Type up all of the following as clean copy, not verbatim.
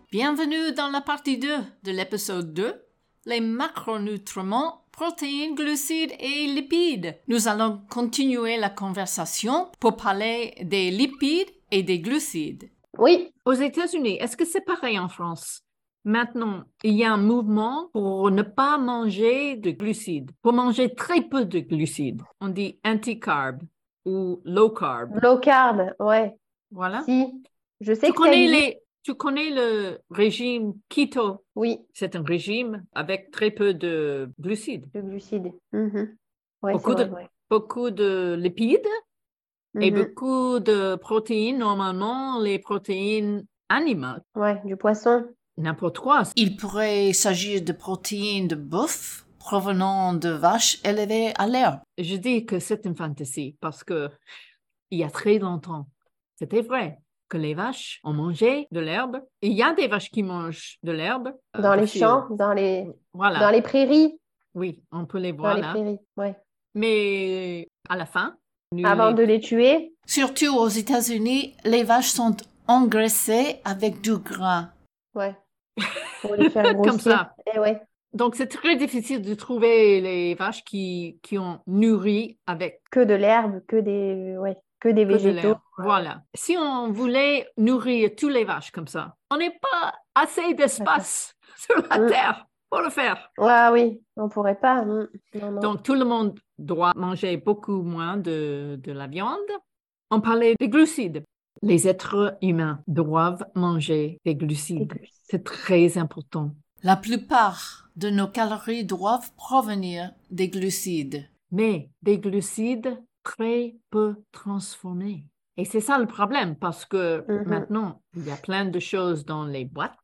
Bienvenue dans la partie 2 de l'épisode 2, les macronutriments, protéines, glucides et lipides. Nous allons continuer la conversation pour parler des lipides et des glucides. Oui. Aux États-Unis, est-ce que c'est pareil en France? Maintenant, il y a un mouvement pour ne pas manger de glucides, pour manger très peu de glucides. On dit anti-carb ou low carb. Low carb, ouais. Voilà. Si, je sais que ça existe. Tu connais le régime keto? Oui. C'est un régime avec très peu de glucides. De glucides. Ouais, beaucoup de lipides et beaucoup de protéines, normalement les protéines animales. Ouais, du poisson. N'importe quoi. Il pourrait s'agir de protéines de bœuf provenant de vaches élevées à l'herbe. Je dis que c'est une fantaisie parce que il y a très longtemps, c'était vrai que les vaches ont mangé de l'herbe. Il y a des vaches qui mangent de l'herbe. Dans les champs, dans les prairies. Oui, on peut les voir là. Dans les prairies, ouais. Mais à la fin... Avant de les tuer. Surtout aux États-Unis, les vaches sont engraissées avec du gras. Ouais, pour les faire grossir. Comme ça. Et ouais. Donc, c'est très difficile de trouver les vaches qui ont nourri avec... Que de l'herbe, que des végétaux. Voilà. Si on voulait nourrir tous les vaches comme ça, on n'est pas assez d'espace sur la terre pour le faire. Ah oui, on ne pourrait pas. Non. Donc, tout le monde doit manger beaucoup moins de la viande. On parlait des glucides. Les êtres humains doivent manger des glucides. C'est très important. La plupart de nos calories doivent provenir des glucides. Mais des glucides très peu transformés. Et c'est ça le problème parce que maintenant, il y a plein de choses dans les boîtes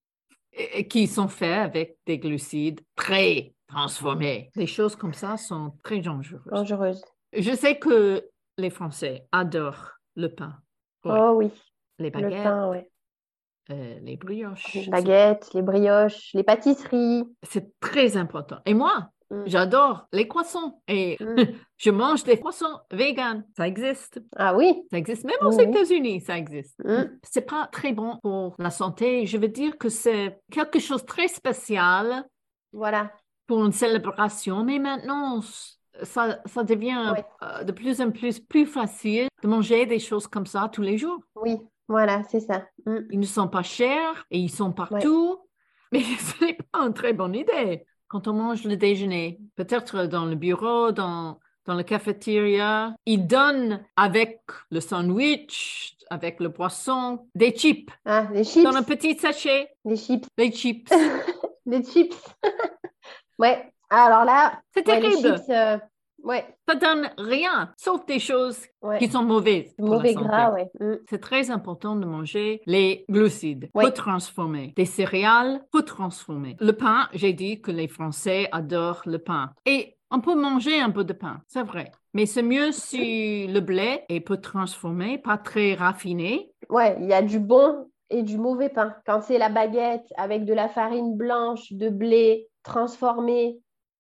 qui sont faites avec des glucides très transformés. Des choses comme ça sont très dangereuses. Je sais que les Français adorent le pain. Ouais. Oh oui, les baguettes, le pain, ouais. Les brioches. Les baguettes, les brioches, les pâtisseries. C'est très important. Et moi, j'adore les croissants. Et je mange des croissants véganes. Ça existe. Ah oui? Ça existe. Même aux États-Unis, ça existe. C'est pas très bon pour la santé. Je veux dire que c'est quelque chose de très spécial. Voilà. Pour une célébration. Mais maintenant, ça devient de plus en plus facile de manger des choses comme ça tous les jours. Oui, voilà, c'est ça. Ils ne sont pas chers et ils sont partout. Mais ce n'est pas une très bonne idée. Quand on mange le déjeuner, peut-être dans le bureau, dans la cafétéria, ils donnent avec le sandwich, avec le poisson, des chips. Ah, des chips. Dans un petit sachet. Des chips. Des chips. Des chips. Ouais. Alors là, c'est terrible. Les chips, ça donne rien, sauf des choses qui sont mauvaises. Mauvais gras, C'est très important de manger les glucides peu transformés, des céréales peu transformées. Le pain, j'ai dit que les Français adorent le pain. Et on peut manger un peu de pain, c'est vrai. Mais c'est mieux si le blé est peu transformé, pas très raffiné. Ouais, il y a du bon et du mauvais pain. Quand c'est la baguette avec de la farine blanche, de blé transformé,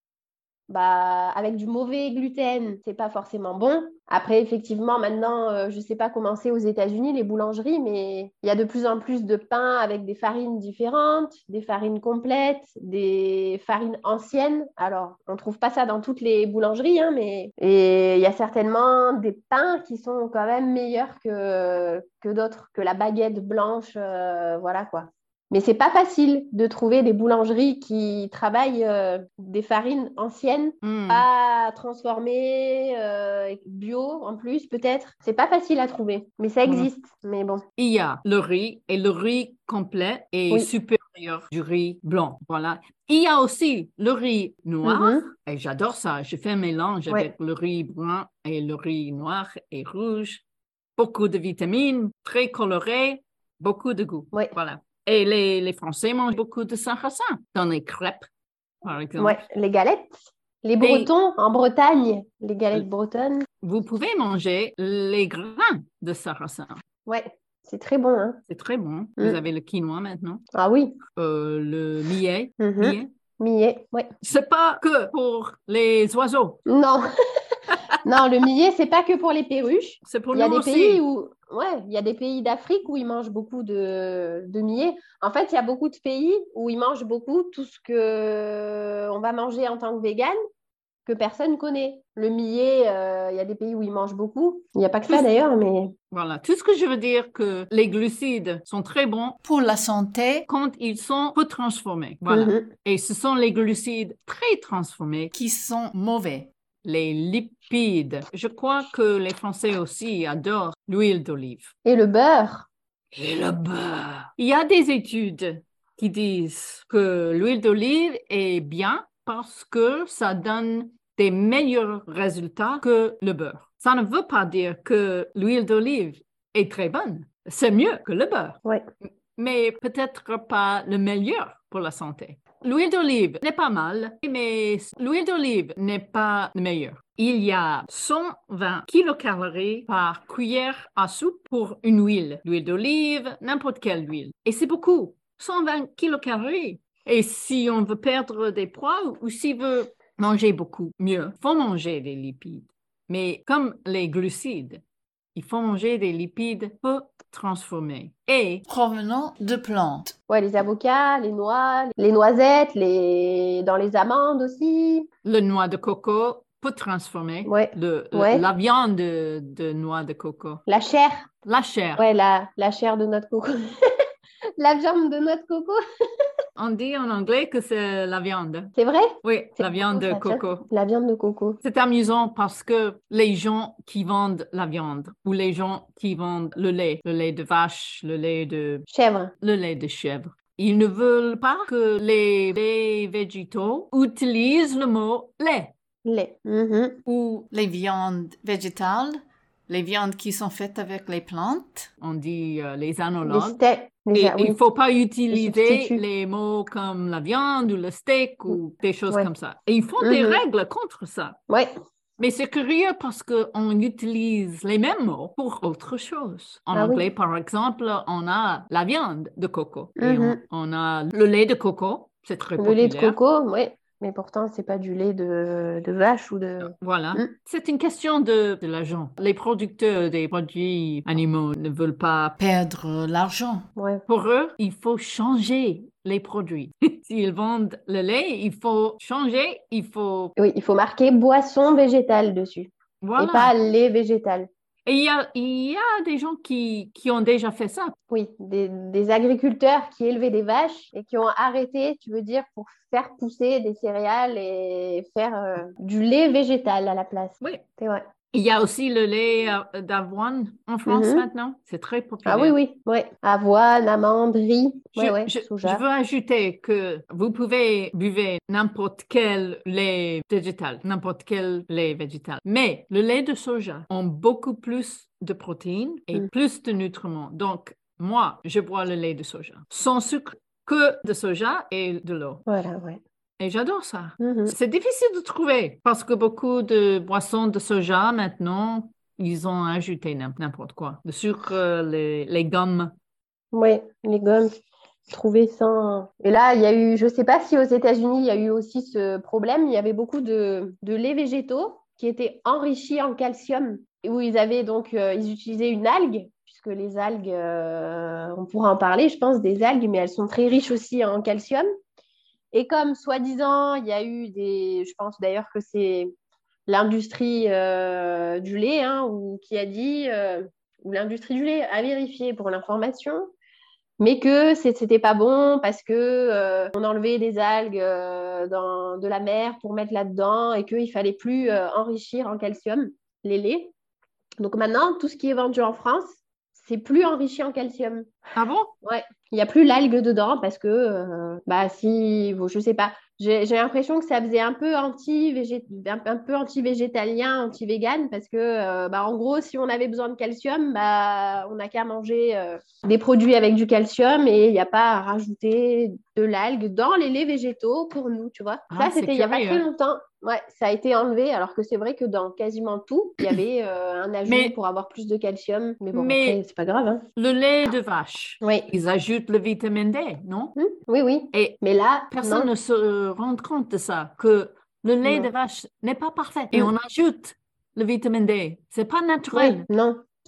avec du mauvais gluten, c'est pas forcément bon. Après, effectivement, maintenant, je sais pas comment c'est aux États-Unis, les boulangeries, mais il y a de plus en plus de pain avec des farines différentes, des farines complètes, des farines anciennes. Alors, on trouve pas ça dans toutes les boulangeries, et il y a certainement des pains qui sont quand même meilleurs que d'autres, que la baguette blanche, voilà quoi. Mais c'est pas facile de trouver des boulangeries qui travaillent des farines anciennes, pas transformées, bio en plus peut-être. C'est pas facile à trouver, mais ça existe. Mais bon. Il y a le riz et le riz complet est supérieur du riz blanc. Voilà. Il y a aussi le riz noir et j'adore ça. Je fais un mélange avec le riz brun et le riz noir et rouge. Beaucoup de vitamines, très coloré, beaucoup de goût. Voilà. Et les Français mangent beaucoup de sarrasin dans les crêpes, par exemple. Oui, les galettes. Les Bretons, en Bretagne, les galettes bretonnes. Vous pouvez manger les grains de sarrasin. Oui, c'est très bon. Hein. C'est très bon. Vous avez le quinoa maintenant. Ah oui. Le millet. Millet, oui. C'est pas que pour les oiseaux. Non. Non, le millet, c'est pas que pour les perruches. C'est pour nous aussi. ouais, il y a des pays d'Afrique où ils mangent beaucoup de millet. En fait, il y a beaucoup de pays où ils mangent beaucoup tout ce que on va manger en tant que vegan que personne connaît. Le millet, il y a des pays où ils mangent beaucoup. Il n'y a pas que ça d'ailleurs, mais... Voilà, tout ce que je veux dire que les glucides sont très bons pour la santé quand ils sont peu transformés. Voilà. Et ce sont les glucides très transformés qui sont mauvais. Les lipides. Je crois que les Français aussi adorent l'huile d'olive. Et le beurre. Et le beurre. Il y a des études qui disent que l'huile d'olive est bien parce que ça donne des meilleurs résultats que le beurre. Ça ne veut pas dire que l'huile d'olive est très bonne. C'est mieux que le beurre. Ouais. Mais peut-être pas le meilleur pour la santé. L'huile d'olive n'est pas mal, mais l'huile d'olive n'est pas le meilleur. Il y a 120 kilocalories par cuillère à soupe pour une huile. L'huile d'olive, n'importe quelle huile. Et c'est beaucoup, 120 kilocalories. Et si on veut perdre des poids ou s'il veut manger beaucoup mieux, il faut manger des lipides. Mais comme les glucides, il faut manger des lipides peu transformés et provenant de plantes. Ouais, les avocats, les noix, les noisettes, dans les amandes aussi. Le noix de coco peu transformé. Ouais. La viande de noix de coco. La chair. La chair. Ouais, la chair de noix de coco. La viande de noix de coco. On dit en anglais que c'est la viande. C'est vrai? Oui, la viande de coco. La viande de coco. C'est amusant parce que les gens qui vendent la viande ou les gens qui vendent le lait de vache, le lait de chèvre, ils ne veulent pas que les végétaux utilisent le mot lait. Lait. Ou les viandes végétales, les viandes qui sont faites avec les plantes, on dit les analogues. Il ne faut pas utiliser les mots comme la viande ou le steak ou des choses comme ça. Et ils font des règles contre ça. Ouais. Mais c'est curieux parce qu'on utilise les mêmes mots pour autre chose. En anglais, par exemple, on a la viande de coco et on a le lait de coco. C'est très populaire. Le lait de coco, oui. Mais pourtant, c'est pas du lait de vache ou de... Voilà. C'est une question de l'argent. Les producteurs des produits animaux ne veulent pas perdre l'argent. Ouais. Pour eux, il faut changer les produits. S'ils vendent le lait, il faut changer, Oui, il faut marquer boisson végétale dessus. Voilà. Et pas lait végétal. Et il y a des gens qui ont déjà fait ça. Oui, des agriculteurs qui élevaient des vaches et qui ont arrêté, tu veux dire, pour faire pousser des céréales et faire du lait végétal à la place. Oui. C'est vrai. Il y a aussi le lait d'avoine en France maintenant. C'est très populaire. Ah oui. Avoine, amande, riz, soja. Je veux ajouter que vous pouvez boire n'importe quel lait végétal. Mais le lait de soja a beaucoup plus de protéines et plus de nutriments. Donc, moi, je bois le lait de soja sans sucre, que de soja et de l'eau. Voilà, ouais. Et j'adore ça. C'est difficile de trouver parce que beaucoup de boissons de soja maintenant, ils ont ajouté n'importe quoi. Le sucre, les gommes. Oui, les gommes. Trouver sans... Et là, il y a eu, je ne sais pas si aux États-Unis, il y a eu aussi ce problème. Il y avait beaucoup de laits végétaux qui étaient enrichis en calcium, où ils avaient donc, ils utilisaient une algue, puisque les algues, on pourra en parler, je pense, des algues, mais elles sont très riches aussi en calcium. Et comme, soi-disant, il y a eu je pense d'ailleurs que c'est l'industrie du lait, qui a dit, ou l'industrie du lait a vérifié pour l'information, mais que c'était pas bon parce que on enlevait des algues de la mer pour mettre là-dedans et qu'il fallait plus enrichir en calcium les laits. Donc maintenant, tout ce qui est vendu en France, c'est plus enrichi en calcium. Ah bon? Ouais. Il n'y a plus l'algue dedans parce que, je sais pas, j'ai l'impression que ça faisait un peu anti-végétalien, anti-vegan parce que, en gros, si on avait besoin de calcium, on n'a qu'à manger des produits avec du calcium et il n'y a pas à rajouter de l'algue dans les laits végétaux pour nous, tu vois. Ça, c'était il n'y a pas très longtemps. Ouais, ça a été enlevé alors que c'est vrai que dans quasiment tout, il y avait un ajout pour avoir plus de calcium. Mais bon, après, c'est pas grave. Hein. Le lait de vache, ils ajoutent le vitamine D, non? Oui. Mais là, personne ne se rend compte de ça, que le lait de vache n'est pas parfait. Et on ajoute le vitamine D. C'est pas naturel. Oui, non.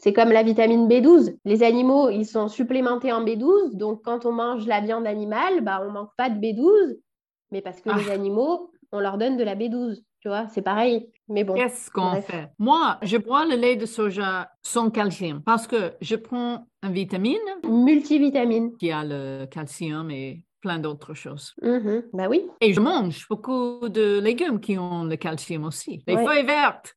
C'est comme la vitamine B12. Les animaux, ils sont supplémentés en B12. Donc, quand on mange la viande animale, on ne manque pas de B12. Mais parce que les animaux, on leur donne de la B12. Tu vois, c'est pareil. Mais bon. Qu'est-ce qu'on fait? Moi, je bois le lait de soja sans calcium parce que je prends une vitamine. Multivitamine. Qui a le calcium et plein d'autres choses. Bah oui. Et je mange beaucoup de légumes qui ont le calcium aussi. Les feuilles vertes.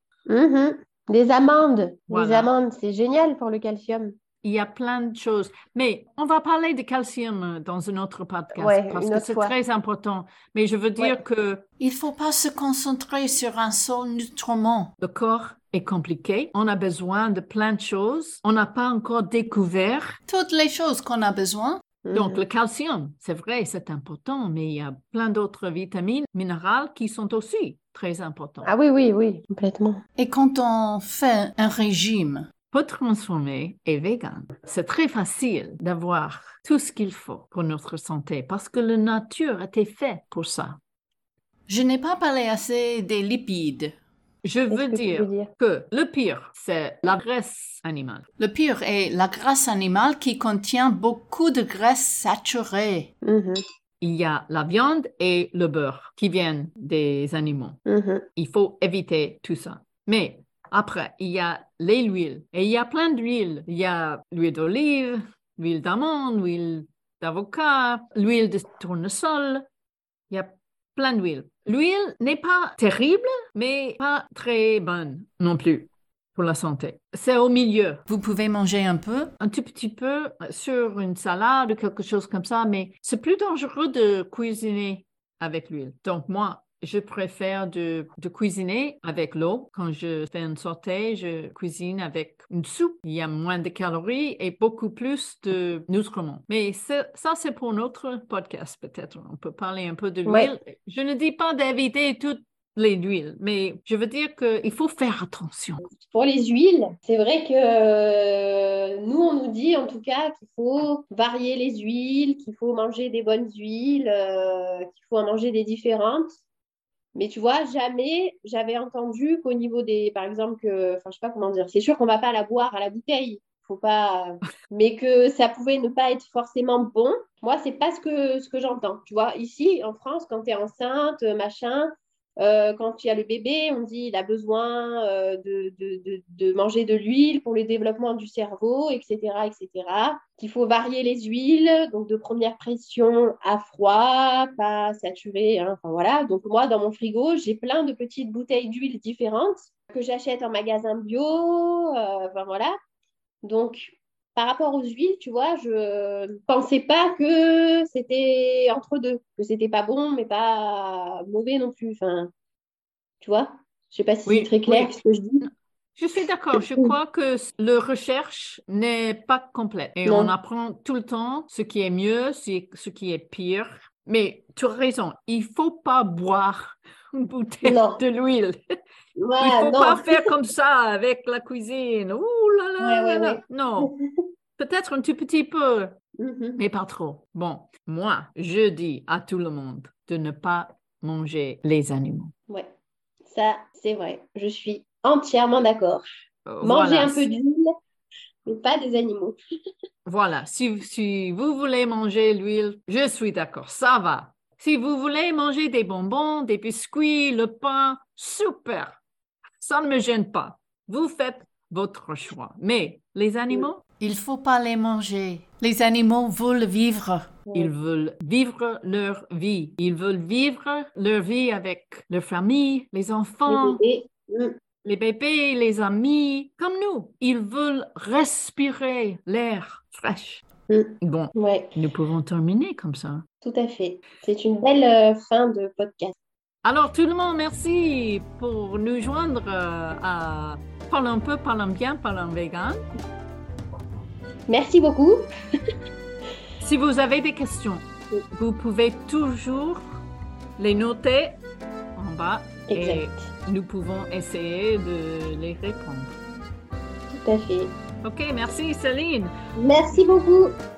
Des amandes. Voilà. Les amandes, c'est génial pour le calcium. Il y a plein de choses. Mais on va parler de calcium dans un autre podcast parce que c'est très important. Mais je veux dire que il ne faut pas se concentrer sur un seul nutriment. Le corps est compliqué. On a besoin de plein de choses. On n'a pas encore découvert toutes les choses qu'on a besoin. Donc, le calcium, c'est vrai, c'est important, mais il y a plein d'autres vitamines, minérales qui sont aussi très importantes. Ah oui, complètement. Et quand on fait un régime peu transformé et vegan, c'est très facile d'avoir tout ce qu'il faut pour notre santé parce que la nature a été faite pour ça. Je n'ai pas parlé assez des lipides. Je veux dire que le pire, c'est la graisse animale. Le pire est la graisse animale qui contient beaucoup de graisse saturée. Il y a la viande et le beurre qui viennent des animaux. Il faut éviter tout ça. Mais après, il y a l'huile. Et il y a plein d'huiles. Il y a l'huile d'olive, l'huile d'amande, l'huile d'avocat, l'huile de tournesol. Il y a plein d'huile. L'huile n'est pas terrible, mais pas très bonne non plus pour la santé. C'est au milieu. Vous pouvez manger un tout petit peu sur une salade ou quelque chose comme ça, mais c'est plus dangereux de cuisiner avec l'huile. Donc moi, je préfère de cuisiner avec l'eau. Quand je fais une sauté, je cuisine avec une soupe. Il y a moins de calories et beaucoup plus de nutriments. Mais ça, c'est pour notre podcast, peut-être. On peut parler un peu de l'huile. Je ne dis pas d'éviter toutes les huiles, mais je veux dire qu'il faut faire attention. Pour les huiles, c'est vrai que nous, on nous dit en tout cas qu'il faut varier les huiles, qu'il faut manger des bonnes huiles, qu'il faut en manger des différentes. Mais tu vois, jamais j'avais entendu qu'au niveau des, par exemple, je sais pas comment dire, c'est sûr qu'on va pas la boire à la bouteille, faut pas, mais que ça pouvait ne pas être forcément bon. Moi, c'est pas ce que j'entends. Tu vois, ici en France, quand tu es enceinte, machin, quand il y a le bébé, on dit il a besoin de manger de l'huile pour le développement du cerveau, etc., etc. Qu'il faut varier les huiles, donc de première pression à froid, pas saturé, hein, enfin voilà. Donc moi, dans mon frigo, j'ai plein de petites bouteilles d'huile différentes que j'achète en magasin bio, enfin voilà. Donc, par rapport aux huiles, tu vois, je ne pensais pas que c'était entre deux, que c'était pas bon, mais pas mauvais non plus. Enfin, tu vois, je ne sais pas si c'est très clair ce que je dis. Je suis d'accord. Je crois que la recherche n'est pas complète. Et on apprend tout le temps ce qui est mieux, ce qui est pire. Mais tu as raison, il ne faut pas boire une bouteille de l'huile. Il ne faut pas faire comme ça avec la cuisine. Ouh là là. Non. Peut-être un tout petit peu, mais pas trop. Bon, moi, je dis à tout le monde de ne pas manger les animaux. Oui, ça, c'est vrai. Je suis entièrement d'accord. Manger un peu d'huile, mais pas des animaux. Voilà. Si vous voulez manger l'huile, je suis d'accord. Ça va. Si vous voulez manger des bonbons, des biscuits, le pain, super. Ça ne me gêne pas. Vous faites votre choix. Mais les animaux, il ne faut pas les manger. Les animaux veulent vivre. Ils veulent vivre leur vie. Ils veulent vivre leur vie avec leur famille, les enfants, les bébés, les amis, comme nous. Ils veulent respirer l'air fraîche. Bon, nous pouvons terminer comme ça. Tout à fait. C'est une belle fin de podcast. Alors, tout le monde, merci pour nous joindre à Parlons un peu, parlons bien, parlons vegan. Merci beaucoup. Si vous avez des questions, vous pouvez toujours les noter en bas et nous pouvons essayer de les répondre. Tout à fait. OK, merci Céline. Merci beaucoup.